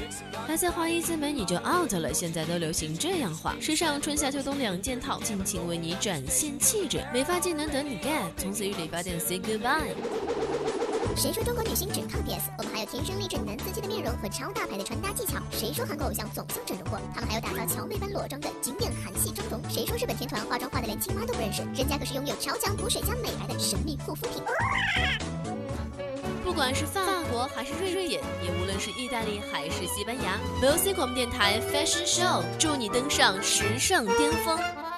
还在花一字眉你就 out 了，现在都流行这样话。时尚春夏秋冬2件套，尽情为你展现气质。美发技能等你 get， 从此与理发店 say goodbye。 谁说中国女星只靠 PS？ 我们还有天生丽质男子气的面容和超大牌的穿搭技巧。谁说韩国偶像总像整容过？他们还有打造乔妹般裸妆的经典韩系妆容。谁说日本天团化妆化的连亲妈都不认识？人家可是拥有超强补水加美白的神秘护肤品。 不管是法国还是瑞典，也无论是意大利还是西班牙 ，VOC 广播电台 Fashion Show 祝你登上时尚巅峰。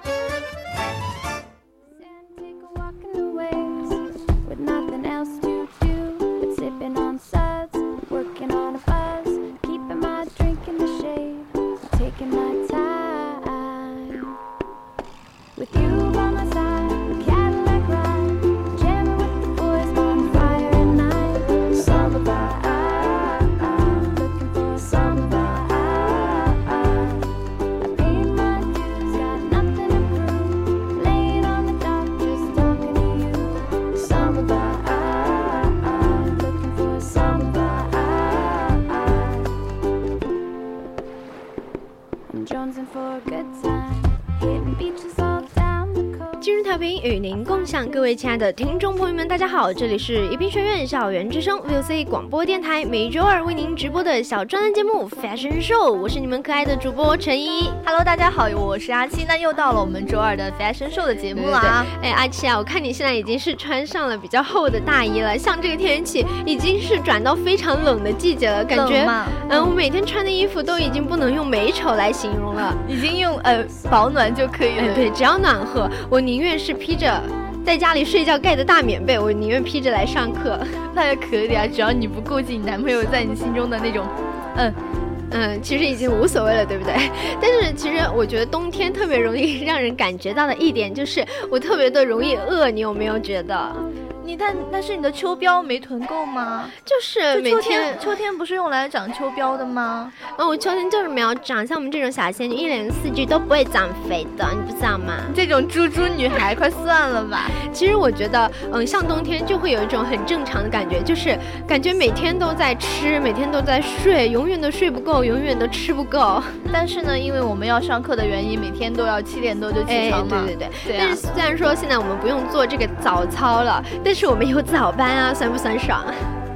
今日调频与您共享，各位亲爱的听众朋友们，大家好，这里是宜宾学院校园之声 VOC 广播电台，每周二为您直播的小专栏节目 Fashion Show， 我是你们可爱的主播陈怡。 Hello， 大家好，我是阿七。那又到了我们周二的 Fashion Show 的节目了啊！ 哎，阿七啊，我看你现在已经是穿上了比较厚的大衣了，像这个天气已经是转到非常冷的季节了，感觉我每天穿的衣服都已经不能用美丑来形容了， 已经用保暖就可以了。 对，只要暖和，我宁愿是披着在家里睡觉盖的大棉被，我宁愿披着来上课。 那也可以啊，只要你不顾及你男朋友在你心中的那种其实已经无所谓了，对不对？但是其实我觉得冬天特别容易让人感觉到的一点就是我特别的容易饿，你有没有觉得？ 但是你的秋膘没囤够吗？ 就是每天秋天不是用来长秋膘的吗？ 我秋天就是没有长，像我们这种小仙女一年四季都不会长肥的，你不知道吗？ 这种猪猪女孩快算了吧。 其实我觉得像冬天就会有一种很正常的感觉，就是感觉每天都在吃，每天都在睡，永远都睡不够，永远都吃不够。 但是呢，因为我们要上课的原因，每天都要7点多就起床嘛。 对。但是虽然说现在我们不用做这个早操了，但是我们有早班啊，酸不酸爽？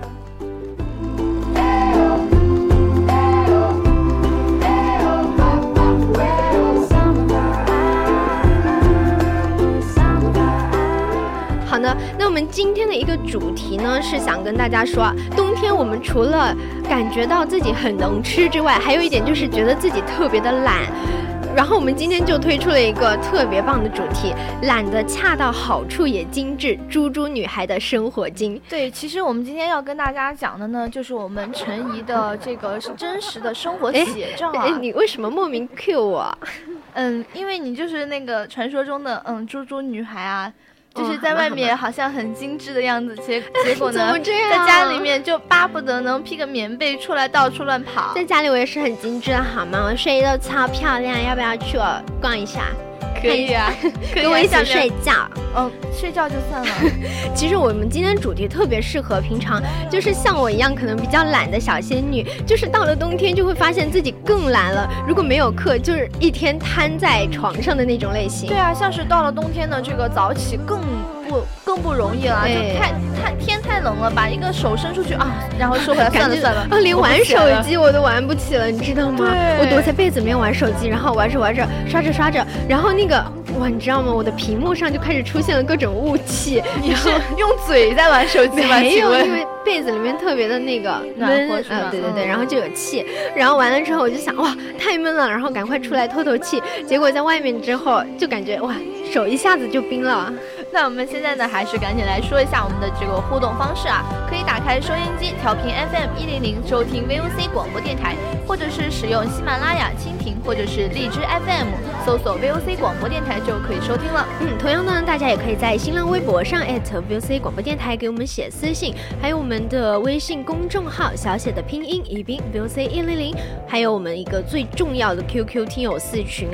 好的，那我们今天的一个主题呢，是想跟大家说，冬天我们除了感觉到自己很能吃之外，还有一点就是觉得自己特别的懒。然后我们今天就推出了一个特别棒的主题，懒得恰到好处也精致，猪猪女孩的生活经。 对，其实我们今天要跟大家讲的呢，就是我们陈怡的这个是真实的生活写照啊。 你为什么莫名 Q 我？ 因为你就是那个传说中的猪猪女孩啊。就是在外面好像很精致的样子，结果呢，在家里面就巴不得能披个棉被出来到处乱跑。 在家里我也是很精致的好吗？我睡得超漂亮，要不要去我逛一下？ 可以啊， 跟我一起睡觉。 睡觉就算了。 其实我们今天主题特别适合平常就是像我一样可能比较懒的小仙女，就是到了冬天就会发现自己更懒了，如果没有课就是一天瘫在床上的那种类型。 对啊，像是到了冬天的这个早起更不容易了，就天太冷了，把一个手伸出去啊，然后收回来，算了连玩手机我都玩不起了，你知道吗？我躲在被子里面玩手机，然后玩着刷着，然后那个哇，你知道吗？我的屏幕上就开始出现了各种雾气。 你是用嘴在玩手机吗？ 没有，因为被子里面特别的那个暖和是吧？ 对，然后就有气，然后完了之后我就想哇，太闷了，然后赶快出来透气，结果在外面之后就感觉哇，手一下子就冰了。 那我们现在呢，还是赶紧来说一下我们的这个互动方式啊，可以打开收音机调频 FM100收听 VOC 广播电台，或者是使用喜马拉雅、蜻蜓或者是荔枝 FM 搜索 VOC 广播电台就可以收听了。 同样呢，大家也可以在新浪微博上@VOC 广播电台给我们写私信，还有我们的微信公众号小写的拼音宜宾 VOC100，还有我们一个最重要的 QQ 听友4群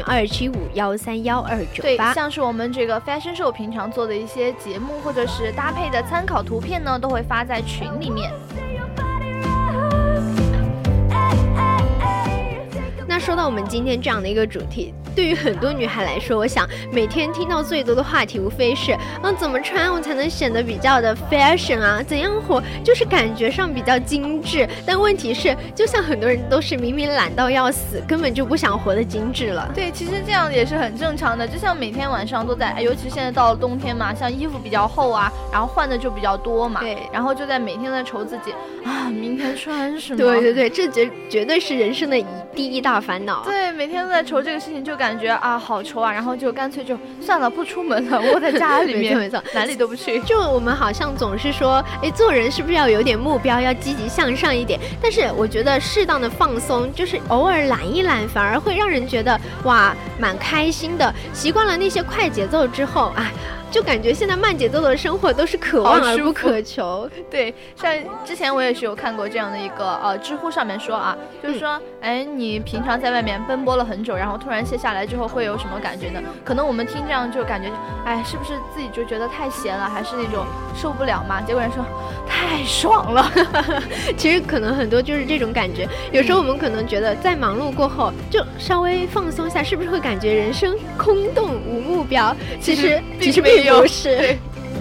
275131298。 对，像是我们这个 Fashion Show 平常做的一些节目或者是搭配的参考图片呢，都会发在群里面。 说到我们今天这样的一个主题，对于很多女孩来说，我想每天听到最多的话题无非是怎么穿我才能显得比较的 fashion 啊，怎样活就是感觉上比较精致。但问题是，就像很多人都是明明懒到要死，根本就不想活得精致了。 对，其实这样也是很正常的，就像每天晚上都在，尤其现在到了冬天嘛，像衣服比较厚啊，然后换的就比较多嘛， 对， 然后就在每天在愁自己啊，明天穿什么？ 对对对，这绝对是人生的第一大烦恼。 对，每天都在愁这个事情，就感觉啊好愁啊，然后就干脆就算了，不出门了，窝在家里面， 没错， 哪里都不去。 就我们好像总是说，做人是不是要有点目标，要积极向上一点？但是我觉得适当的放松，就是偶尔懒一懒，反而会让人觉得哇，蛮开心的。习惯了那些快节奏之后，就感觉现在慢节奏的生活都是可望而不可求。 对，像之前我也是有看过这样的一个知乎上面说啊，就是说，你平常在外面奔波了很久，然后突然歇下来之后会有什么感觉呢？可能我们听这样就感觉，是不是自己就觉得太闲了，还是那种受不了嘛？结果人说太爽了。 其实可能很多就是这种感觉。有时候我们可能觉得在忙碌过后，就稍微放松下，是不是会感觉人生空洞无目标？其实并不是。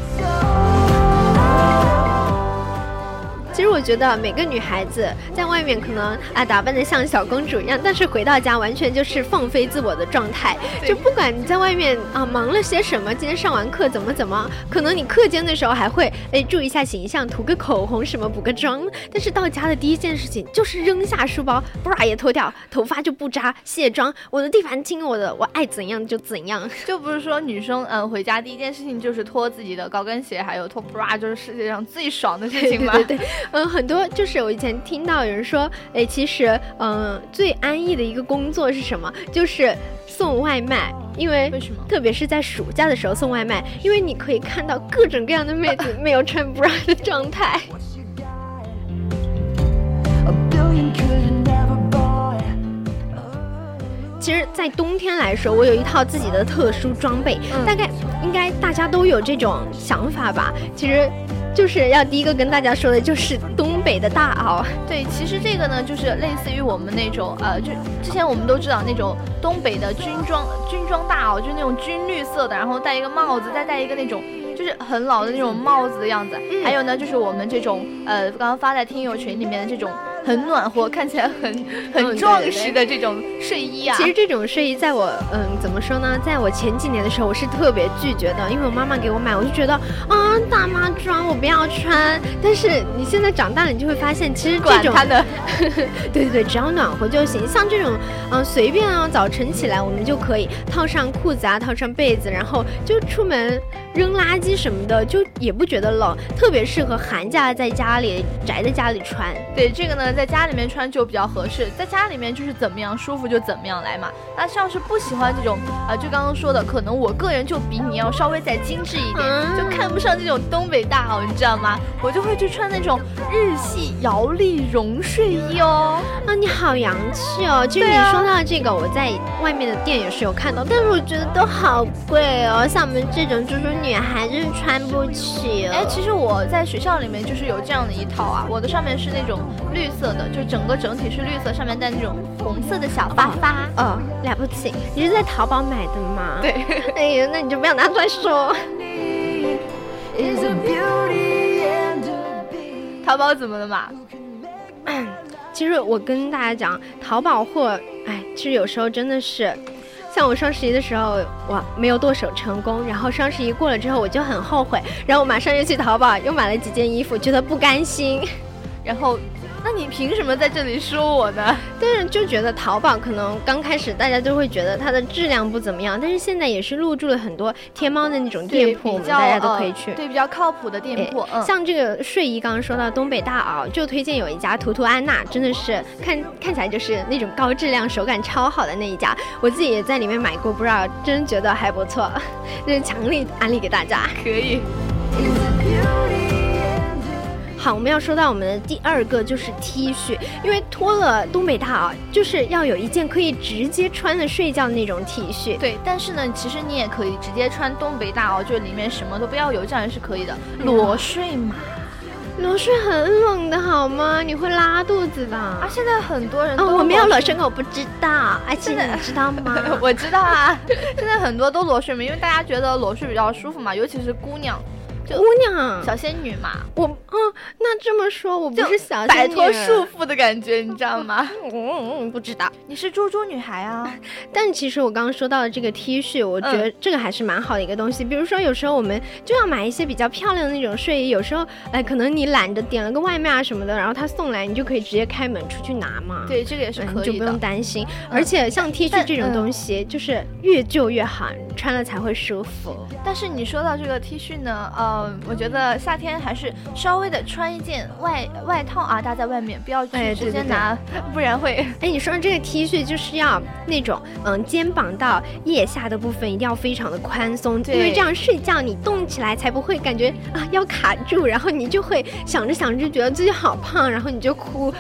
其实我觉得每个女孩子在外面可能打扮得像小公主一样，但是回到家完全就是放飞自我的状态。就不管你在外面忙了些什么，今天上完课怎么，可能你课间的时候还会注意一下形象，涂个口红什么，补个妆。但是到家的第一件事情就是扔下书包，bra 也脱掉，头发就不扎，卸妆，我的地盘听我的，我爱怎样就怎样。 就不是说女生回家第一件事情就是脱自己的高跟鞋，还有脱 bra， 就是世界上最爽的事情吗？ 对。很多就是我以前听到有人说，其实最安逸的一个工作是什么？就是送外卖。为什么？ 特别是在暑假的时候送外卖，因为你可以看到各种各样的妹子没有穿 bra 的状态。其实在冬天来说，我有一套自己的特殊装备，大概应该大家都有这种想法吧。其实就是要第一个跟大家说的就是东北的大袄。 对，其实这个呢就是类似于我们那种就之前我们都知道那种东北的军装大袄，就是那种军绿色的，然后戴一个帽子，再戴一个那种就是很老的那种帽子的样子。还有呢就是我们这种刚刚发在听友群里面的这种很暖和，看起来很壮实的这种睡衣啊。 其实这种睡衣在我怎么说呢，在我前几年的时候我是特别拒绝的，因为我妈妈给我买，我就觉得大妈装我不要穿。但是你现在长大了，你就会发现其实这种管它的对，只要暖和就行。像这种随便早晨起来我们就可以套上裤子套上被子，然后就出门扔垃圾什么的，就也不觉得冷，特别适合寒假在家里宅在家里穿。 对，这个呢在家里面穿就比较合适，在家里面就是怎么样舒服就怎么样来嘛。那像是不喜欢这种就刚刚说的，可能我个人就比你要稍微再精致一点，就看不上这种东北大袄，你知道吗？我就会去穿那种日系摇粒绒睡衣哦。 你好洋气哦。其实你说到这个，我在外面的店也是有看到，但是我觉得都好贵哦，像我们这种就是女孩子穿不起哦。 其实我在学校里面就是有这样的一套我的上面是那种绿色的，就整体是绿色，上面带那种红色的小花花。 了不起，你是在淘宝买的吗？ 对。 哎呀，那你就不要拿出来说。 淘宝怎么了嘛？ 其实我跟大家讲，淘宝货，其实有时候真的是，像我双十一的时候，我没有剁手成功，然后双十一过了之后，我就很后悔，然后我马上又去淘宝又买了几件衣服，觉得不甘心， 然后。那你凭什么在这里说我呢？ 但是就觉得淘宝可能刚开始大家都会觉得它的质量不怎么样，但是现在也是入驻了很多天猫的那种店铺，我们大家都可以去。 对，比较靠谱的店铺。 像这个睡衣，刚刚说到东北大袄，就推荐有一家图图安娜，真的是看起来就是那种高质量、手感超好的那一家。我自己也在里面买过，不知道真觉得还不错，就是强力安利给大家。 可以。 好，我们要说到我们的第二个就是 T 恤，因为脱了东北大袄，就是要有一件可以直接穿着睡觉的那种 T 恤。 对，但是呢，其实你也可以直接穿东北大袄，就里面什么都不要有，这样是可以的。裸睡嘛。 裸睡很冷的好吗？你会拉肚子的啊！现在很多人都我没有裸睡过，我不知道。而且你知道吗？ 我知道啊，现在很多都裸睡嘛，因为大家觉得裸睡比较舒服嘛，尤其是姑娘。 姑娘， 小仙女嘛， 那这么说，我不是小仙女， 摆脱束缚的感觉，你知道吗？ 不知道， 你是猪猪女孩啊。 但其实我刚刚说到的这个 T 恤，我觉得这个还是蛮好的一个东西。比如说，有时候我们就要买一些比较漂亮的那种睡衣，有时候可能你懒得点了个外卖啊什么的，然后他送来，你就可以直接开门出去拿嘛。 对，这个也是可以的， 你就不用担心。而且像 T 恤这种东西，就是越旧越好，穿了才会舒服。 但是你说到这个 T 恤呢，我觉得夏天还是稍微的穿一件外套啊，搭在外面，不要去直接拿，不然会。 你说这个 T 恤就是要那种肩膀到腋下的部分一定要非常的宽松，因为这样睡觉你动起来才不会感觉要卡住，然后你就会想着想着觉得自己好胖，然后你就哭。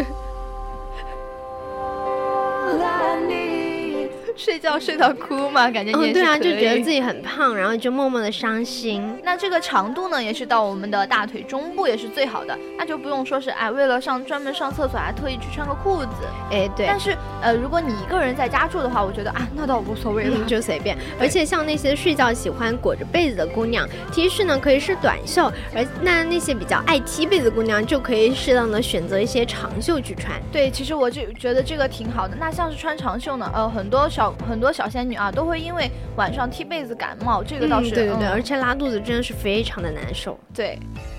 睡觉睡到哭嘛，感觉你也是对啊，就觉得自己很胖，然后就默默的伤心。 那这个长度呢，也是到我们的大腿中部，也是最好的，那就不用说是为了专门上厕所还特意去穿个裤子。 对。 但是如果你一个人在家住的话，我觉得那倒无所谓了， 就随便。而且像那些睡觉喜欢裹着被子的姑娘 ，T 恤呢可以是短袖，而那些比较爱踢被子的姑娘就可以适当的选择一些长袖去穿。 对，其实我就觉得这个挺好的。那像是穿长袖呢，很多小仙女啊都会因为晚上踢被子感冒，这个倒是对，而且拉肚子真的是非常的难受。 对。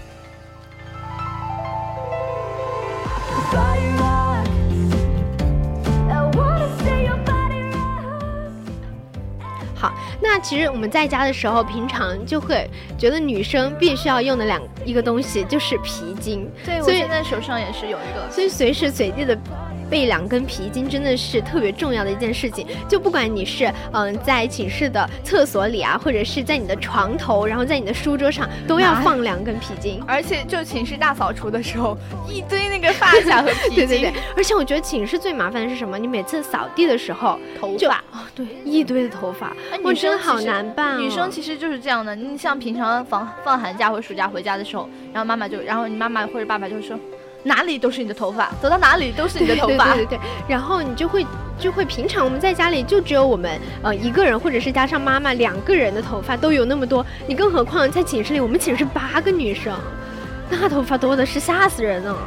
好，那其实我们在家的时候，平常就会觉得女生必须要用的一个东西就是皮筋。 对，我现在手上也是有一个， 所以随时随地的备2根皮筋真的是特别重要的一件事情。就不管你是在寝室的厕所里啊，或者是在你的床头，然后在你的书桌上，都要放2根皮筋。 而且就寝室大扫除的时候，一堆那个发卡和皮筋。 对。而且我觉得寝室最麻烦的是什么？你每次扫地的时候， 头发对，一堆的头发，我真的好难办。 女生其实就是这样的，你像平常放寒假或暑假回家的时候，然后你妈妈或者爸爸就说，哪里都是你的头发，走到哪里都是你的头发。 对。然后你就会平常我们在家里就只有我们1个人，或者是加上妈妈2个人的头发都有那么多，你更何况在寝室里，我们寝室8个女生，那头发多的是吓死人了。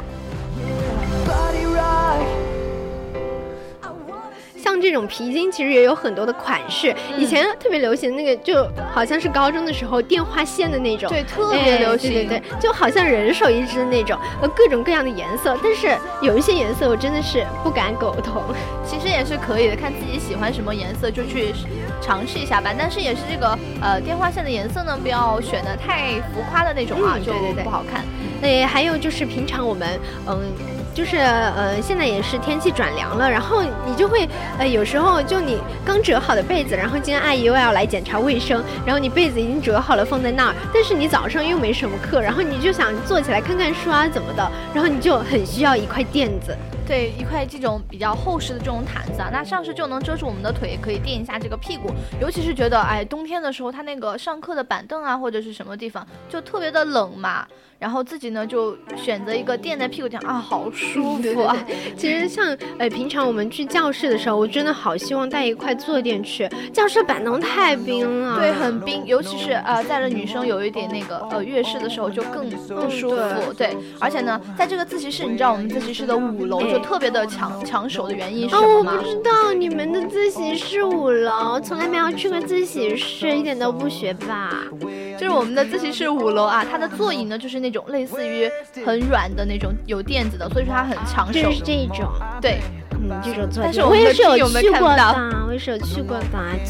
像这种皮筋其实也有很多的款式，以前特别流行那个，就好像是高中的时候电话线的那种， 对，特别流行， 对，就好像人手一只的那种，各种各样的颜色，但是有一些颜色我真的是不敢苟同。 其实也是可以的，看自己喜欢什么颜色就去尝试一下吧。但是也是这个电话线的颜色呢，不要选的太浮夸的那种啊，就不好看。 还有就是平常我们就是现在也是天气转凉了，然后你就会有时候就你刚折好的被子，然后今天阿姨又要来检查卫生，然后你被子已经折好了放在那儿，但是你早上又没什么课，然后你就想坐起来看看书啊怎么的，然后你就很需要一块垫子。 对，一块这种比较厚实的这种毯子啊，那上身就能遮住我们的腿，也可以垫一下这个屁股。尤其是觉得冬天的时候，它那个上课的板凳啊或者是什么地方就特别的冷嘛，然后自己呢就选择一个垫在屁股上啊，好舒服啊。 对。其实像平常我们去教室的时候，我真的好希望带一块坐垫去，教室板凳太冰了。 对，很冰，尤其是在了女生有一点那个月事的时候就更舒服。对，而且呢，在这个自习室，你知道我们自习室的5楼就特别的抢手的原因是什么吗？ 我不知道，你们的自习室5楼，从来没有去过自习室，一点都不学吧？ 就是我们的自习室5楼啊，它的座椅呢就是那种类似于很软的那种有垫子的，所以说它很抢手。 就是这种， 对， 这种座椅， 但是我也是有去过的， 我也是有去过的。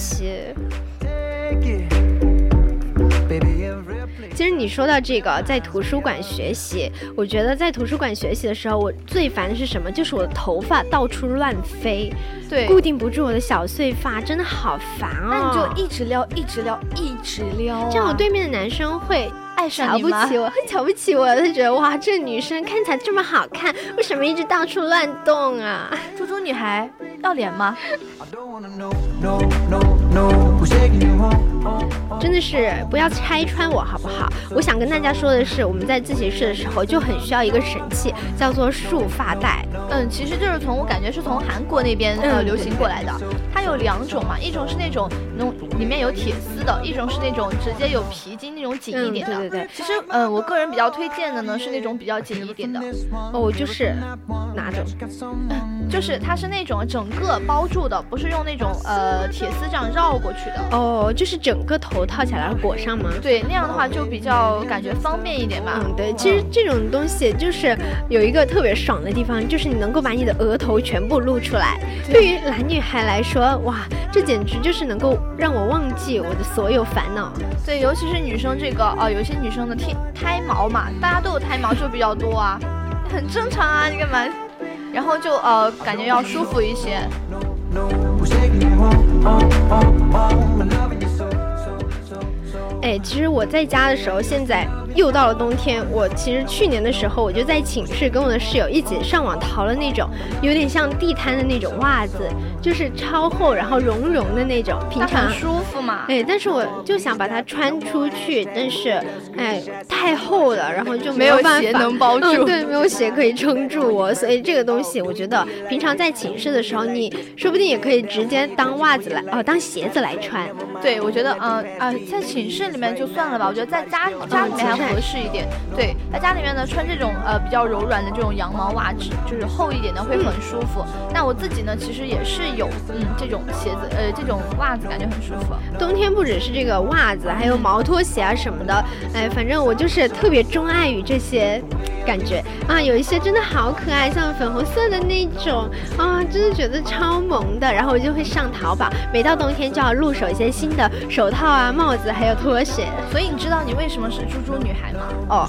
其实你说到这个在图书馆学习，我觉得在图书馆学习的时候，我最烦的是什么？就是我的头发到处乱飞， 对， 固定不住我的小碎发，真的好烦哦。 那你就一直撩， 这样我对面的男生会爱上你吗？ 很瞧不起我，他觉得哇，这女生看起来这么好看，为什么一直到处乱动啊？ 猪猪女孩， 要脸吗？ 真的是不要拆穿我好不好？我想跟大家说的是，我们在自习室的时候就很需要一个神器，叫做束发带。 其实就是我感觉是从韩国那边流行过来的。它有2种嘛，一种是那种里面有铁丝的，一种是那种直接有皮筋那种紧一点的。 对。 其实我个人比较推荐的呢是那种比较紧一点的。 就是哪种？ 就是它是那种整个包住的，不是用那种铁丝这样绕过去的。 就是整个头套起来裹上吗？ 对，那样的话就比较感觉方便一点吧。 对，其实这种东西就是有一个特别爽的地方，就是你能够把你的额头全部露出来。对于男女孩来说，哇，这简直就是能够让我忘记我的所有烦恼。 对，尤其是女生这个有些女生的胎毛嘛，大家都有胎毛就比较多啊，很正常啊，你干嘛？然后就感觉要舒服一些。 其实我在家的时候，现在又到了冬天。我其实去年的时候，我就在寝室跟我的室友一起上网淘了那种有点像地毯的那种袜子，就是超厚然后绒绒的那种，平常很舒服嘛。 但是我就想把它穿出去，但是太厚了，然后就没有办法， 没有鞋能包住。 对，没有鞋可以撑住我，所以这个东西我觉得平常在寝室的时候，你说不定也可以直接当袜子来当鞋子来穿。 对，我觉得在寝室里面就算了吧，我觉得在家里面还合适一点。对，在家里面呢穿这种比较柔软的这种羊毛袜子，就是厚一点的会很舒服。那我自己呢其实也是有这种鞋子这种袜子感觉很舒服。 冬天不只是这个袜子，还有毛拖鞋啊什么的。反正我就是特别钟爱于这些感觉啊，有一些真的好可爱，像粉红色的那种啊，真的觉得超萌的。然后我就会上淘宝，每到冬天就要入手一些新的手套啊、帽子还有拖鞋。 所以你知道你为什么是猪猪女孩吗？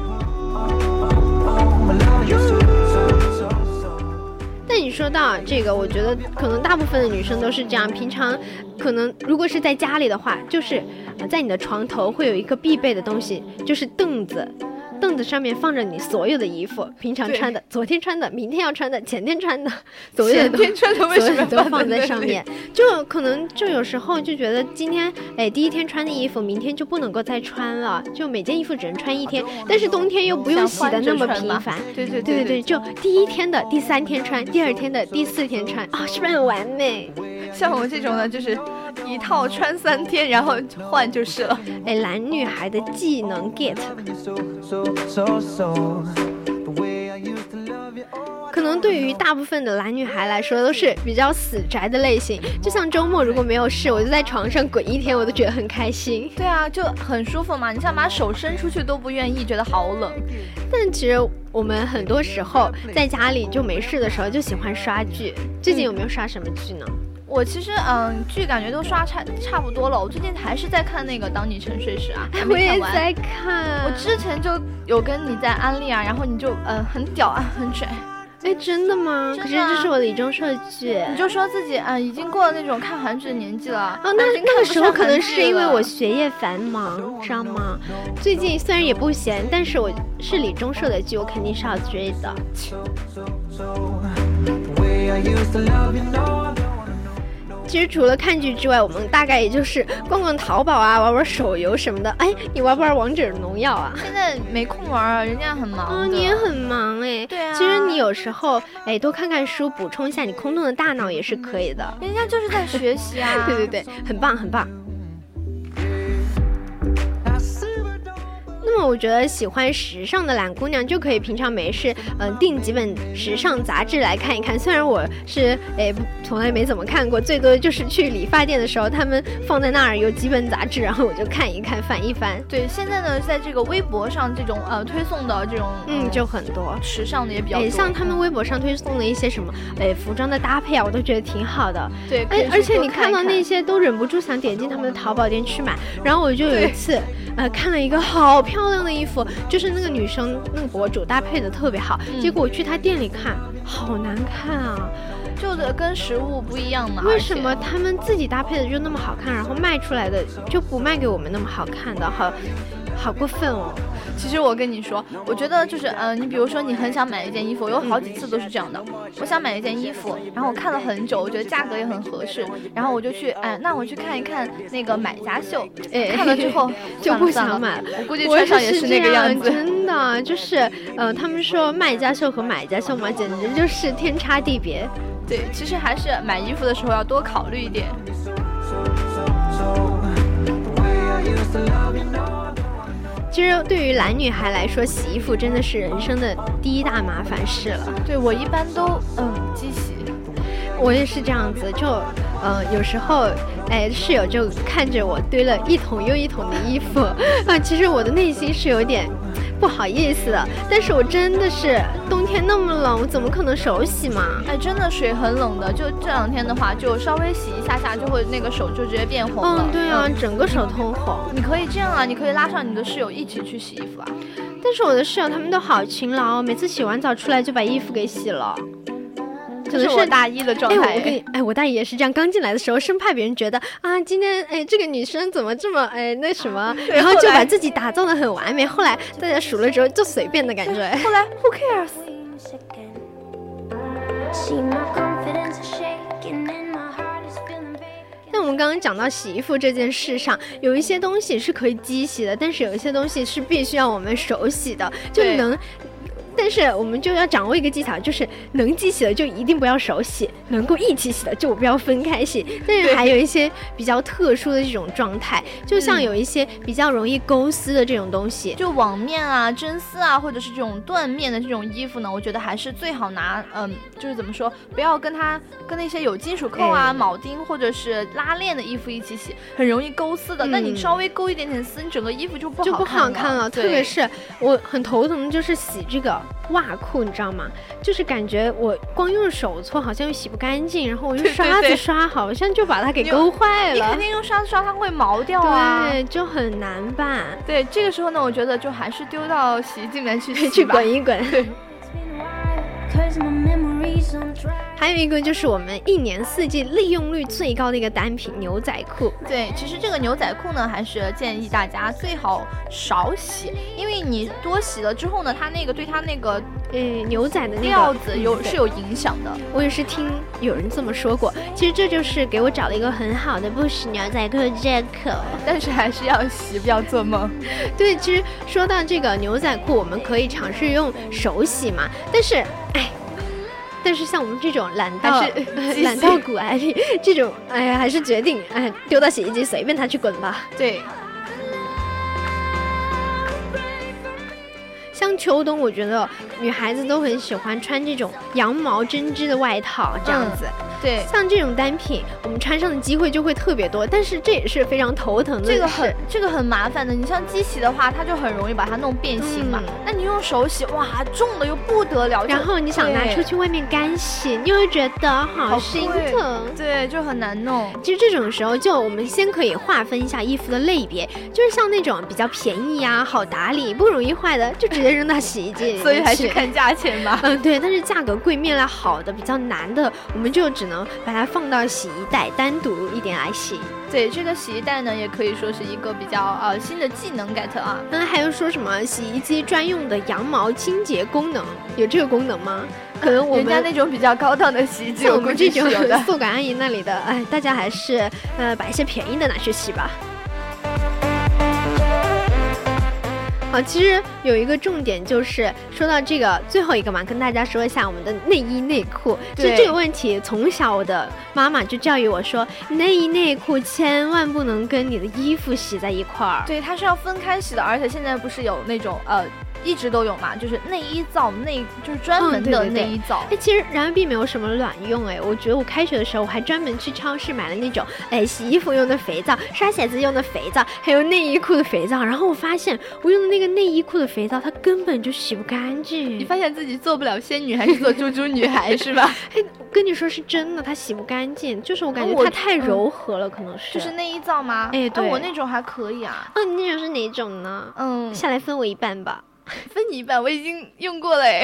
但你说到这个，我觉得可能大部分的女生都是这样，平常可能如果是在家里的话，就是在你的床头会有一个必备的东西，就是凳子。凳子上面放着你所有的衣服，平常穿的、昨天穿的、明天要穿的、前天穿的，所有的前天穿的为什么都放在上面？就可能就有时候就觉得今天第一天穿的衣服，明天就不能够再穿了，就每件衣服只能穿1天，但是冬天又不用洗的那么频繁。对，就第一天的第3天穿，第2天的第4天穿啊，是不是很完美？ 像我这种呢，就是一套穿3天，然后换就是了。 男女孩的技能 get。可能对于大部分的男女孩来说都是比较死宅的类型，就像周末如果没有事，我就在床上滚1天，我都觉得很开心。 对啊，就很舒服嘛，你想把手伸出去都不愿意，觉得好冷。 但其实我们很多时候在家里就没事的时候就喜欢刷剧。最近有没有刷什么剧呢？ 我其实剧感觉都刷差不多了。我最近还是在看那个《当你沉睡时》啊，还没看完。 我也在看。 我之前就有跟你在安利啊，然后你就很屌啊，很拽。 真的吗？可是这是我李钟硕的剧。 你就说自己已经过了那种看韩剧的年纪了。 那个时候可能是因为我学业繁忙，知道吗？最近虽然也不闲，但是我是李钟硕的剧，我肯定是要追的。其实除了看剧之外，我们大概也就是逛逛淘宝啊，玩玩手游什么的。你玩不玩王者荣耀啊？ 现在没空玩啊，人家很忙。 你也很忙对啊。 其实你有时候多看看书，补充一下你空洞的大脑也是可以的。 人家就是在学习啊。 对，很棒很棒。那么我觉得喜欢时尚的懒姑娘就可以平常没事订几本时尚杂志来看一看。虽然我是从来没怎么看过，最多就是去理发店的时候他们放在那儿有几本杂志，然后我就看一看翻一翻。 对，现在呢在这个微博上这种推送的这种就很多时尚的也比较多。 像他们微博上推送的一些什么服装的搭配啊，我都觉得挺好的。 对， 而且你看到那些都忍不住想点进他们的淘宝店去买。然后我就有一次看了一个好漂亮的衣服，就是那个女生那个博主搭配的特别好，结果我去她店里看，好难看啊， 就跟实物不一样嘛。 为什么他们自己搭配的就那么好看，然后卖出来的就不卖给我们那么好看的？好， 好过分哦。 其实我跟你说，我觉得就是你比如说你很想买一件衣服，有好几次都是这样的。我想买一件衣服，然后我看了很久，我觉得价格也很合适，然后我就去那我去看一看那个买家秀，看了之后就不想买了。 我估计穿上也是那个样子。 真的就是他们说卖家秀和买家秀嘛，简直就是天差地别。 对，其实还是买衣服的时候要多考虑一点。 其实对于男女孩来说，洗衣服真的是人生的第一大麻烦事了。 对，我一般都机洗。 我也是这样子，就有时候室友就看着我堆了一桶又一桶的衣服其实我的内心是有点不好意思的，但是我真的是冬天那么冷，我怎么可能手洗嘛？ 真的水很冷的，就这2天的话，就稍微洗一下就会那个手就直接变红了。 对啊，整个手通红。 你可以这样啊，你可以拉上你的室友一起去洗衣服啊。 但是我的室友他们都好勤劳，每次洗完澡出来就把衣服给洗了。 可能是我大一的状态。 我大一也是这样，刚进来的时候生怕别人觉得今天这个女生怎么这么那什么，然后就把自己打造得很完美。后来大家熟了之后就随便的感觉。 后来 who cares？ 那我们刚刚讲到洗衣服这件事上，有一些东西是可以机洗的，但是有一些东西是必须要我们手洗的，就能。但是我们就要掌握一个技巧，就是能机洗的就一定不要手洗，能够一起洗的就不要分开洗。但是还有一些比较特殊的这种状态，就像有一些比较容易勾丝的这种东西， 就网面啊、真丝啊，或者是这种缎面的这种衣服呢，我觉得还是最好拿就是怎么说，不要跟那些有金属扣啊、铆钉或者是拉链的衣服一起洗，很容易勾丝的。那你稍微勾一点点丝，你整个衣服就不好看了。 特别是我很头疼的就是洗这个袜裤，你知道吗？就是感觉我光用手搓好像又洗不干净，然后我用刷子刷好像就把它给勾坏了。 你肯定用刷子刷，它会毛掉啊。 对，就很难办。 对，这个时候呢，我觉得就还是丢到洗衣机里面去洗吧， 滚一滚。 对。 还有一个就是我们一年四季利用率最高的一个单品牛仔裤。 对，其实这个牛仔裤呢，还是建议大家最好少洗，因为你多洗了之后呢，它那个对它那个牛仔的那个料子是有影响的。 我也是听有人这么说过。其实这就是给我找了一个很好的不洗牛仔裤的借口， 但是还是要洗，不要做梦。 对，其实说到这个牛仔裤，我们可以尝试用手洗嘛，但是像我们这种懒到骨癌里这种，还是决定丢到洗衣机随便它去滚吧。 对。 像秋冬，我觉得女孩子都很喜欢穿这种羊毛针织的外套，这样子。 对， 像这种单品，我们穿上的机会就会特别多，但是这也是非常头疼的事。 这个很麻烦的。你像机洗的话，它就很容易把它弄变形嘛。那你用手洗，哇，重的又不得了。 然后你想拿出去外面干洗，你会觉得好心疼。 对，就很难弄。 其实这种时候，就我们先可以划分一下衣服的类别，就是像那种比较便宜啊、好打理、不容易坏的，就直接扔到洗衣机里面去。 所以还是看价钱吧。 对，但是价格贵面料好的、比较难的，我们就只能把它放到洗衣袋，单独一点来洗。 对，这个洗衣袋呢，也可以说是一个比较新的技能 get 啊。 还有说什么洗衣机专用的羊毛清洁功能，有这个功能吗？可能我们人家那种比较高档的洗衣机， 我们这种宿管阿姨那里的，大家还是把一些便宜的拿去洗吧。好，其实有一个重点就是说到这个最后一个嘛，跟大家说一下我们的内衣内裤。其实这个问题从小我的妈妈就教育我说，内衣内裤千万不能跟你的衣服洗在一块儿。 对，它是要分开洗的，而且现在不是有那种一直都有嘛，就是内衣皂，就是专门的内衣皂。 其实然而并没有什么卵用。我觉得我开学的时候我还专门去超市买了那种洗衣服用的肥皂、刷鞋子用的肥皂，还有内衣裤的肥皂。然后我发现我用的那个内衣裤的肥皂它根本就洗不干净。 你发现自己做不了仙女还是做猪猪女孩是吧？ 我跟你说是真的，它洗不干净，就是我感觉它太柔和了，可能是。 就是内衣皂吗？ 对， 我那种还可以啊。 你那种是哪种呢？下来分我一半吧。 分你一半，我已经用过了。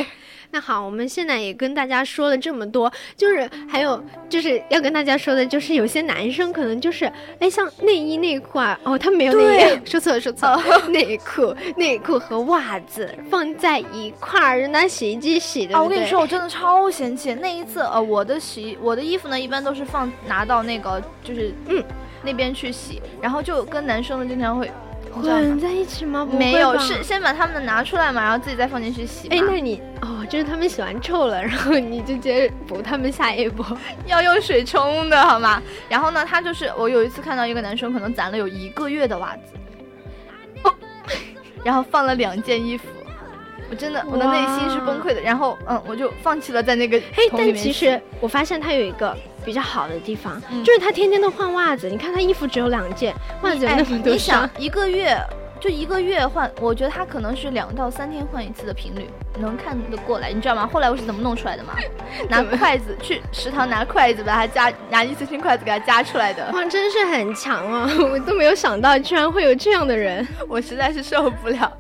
那好，我们现在也跟大家说了这么多，就是还有就是要跟大家说的，就是有些男生可能就是像内衣内裤啊，他没有内衣，说错了，内裤和袜子放在一块儿拿洗衣机洗的。 我跟你说，我真的超嫌弃那一次，我的衣服呢一般都是拿到那个就是那边去洗，然后就跟男生的经常会混在一起吗？ 没有，是先把他们的拿出来嘛，然后自己再放进去洗。 那你就是他们洗完臭了，然后你就直接补他们下一波， 要用水冲的好吗？然后呢，他就是我有一次看到一个男生可能攒了有1个月的袜子，然后放了2件衣服，我真的我的内心是崩溃的。然后我就放弃了在那个桶里面。 但其实我发现他有一个比较好的地方，就是他天天都换袜子。你看他衣服只有2件，袜子有那么多双。 你想一个月换，我觉得他可能是2到3天换一次的频率，能看得过来，你知道吗？后来我是怎么弄出来的吗？拿筷子去食堂拿筷子把它拿一次性筷子给它夹出来的。 哇，真是很强啊！我都没有想到居然会有这样的人， 我实在是受不了。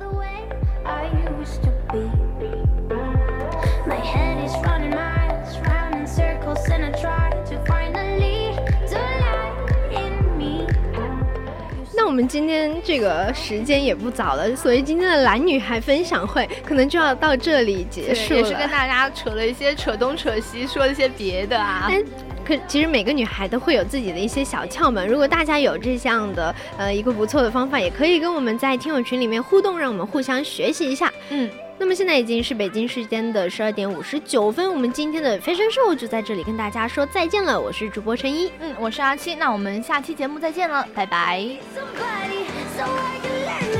那我们今天这个时间也不早了，所以今天的男女孩分享会可能就要到这里结束了。 也是跟大家扯东扯西，说了一些别的啊。 其实每个女孩都会有自己的一些小窍门，如果大家有这样的一个不错的方法，也可以跟我们在听友群里面互动，让我们互相学习一下。那么现在已经是北京时间的12点59分，我们今天的Fashion Show就在这里跟大家说再见了。我是主播陈一， 我是阿七，那我们下期节目再见了，拜拜。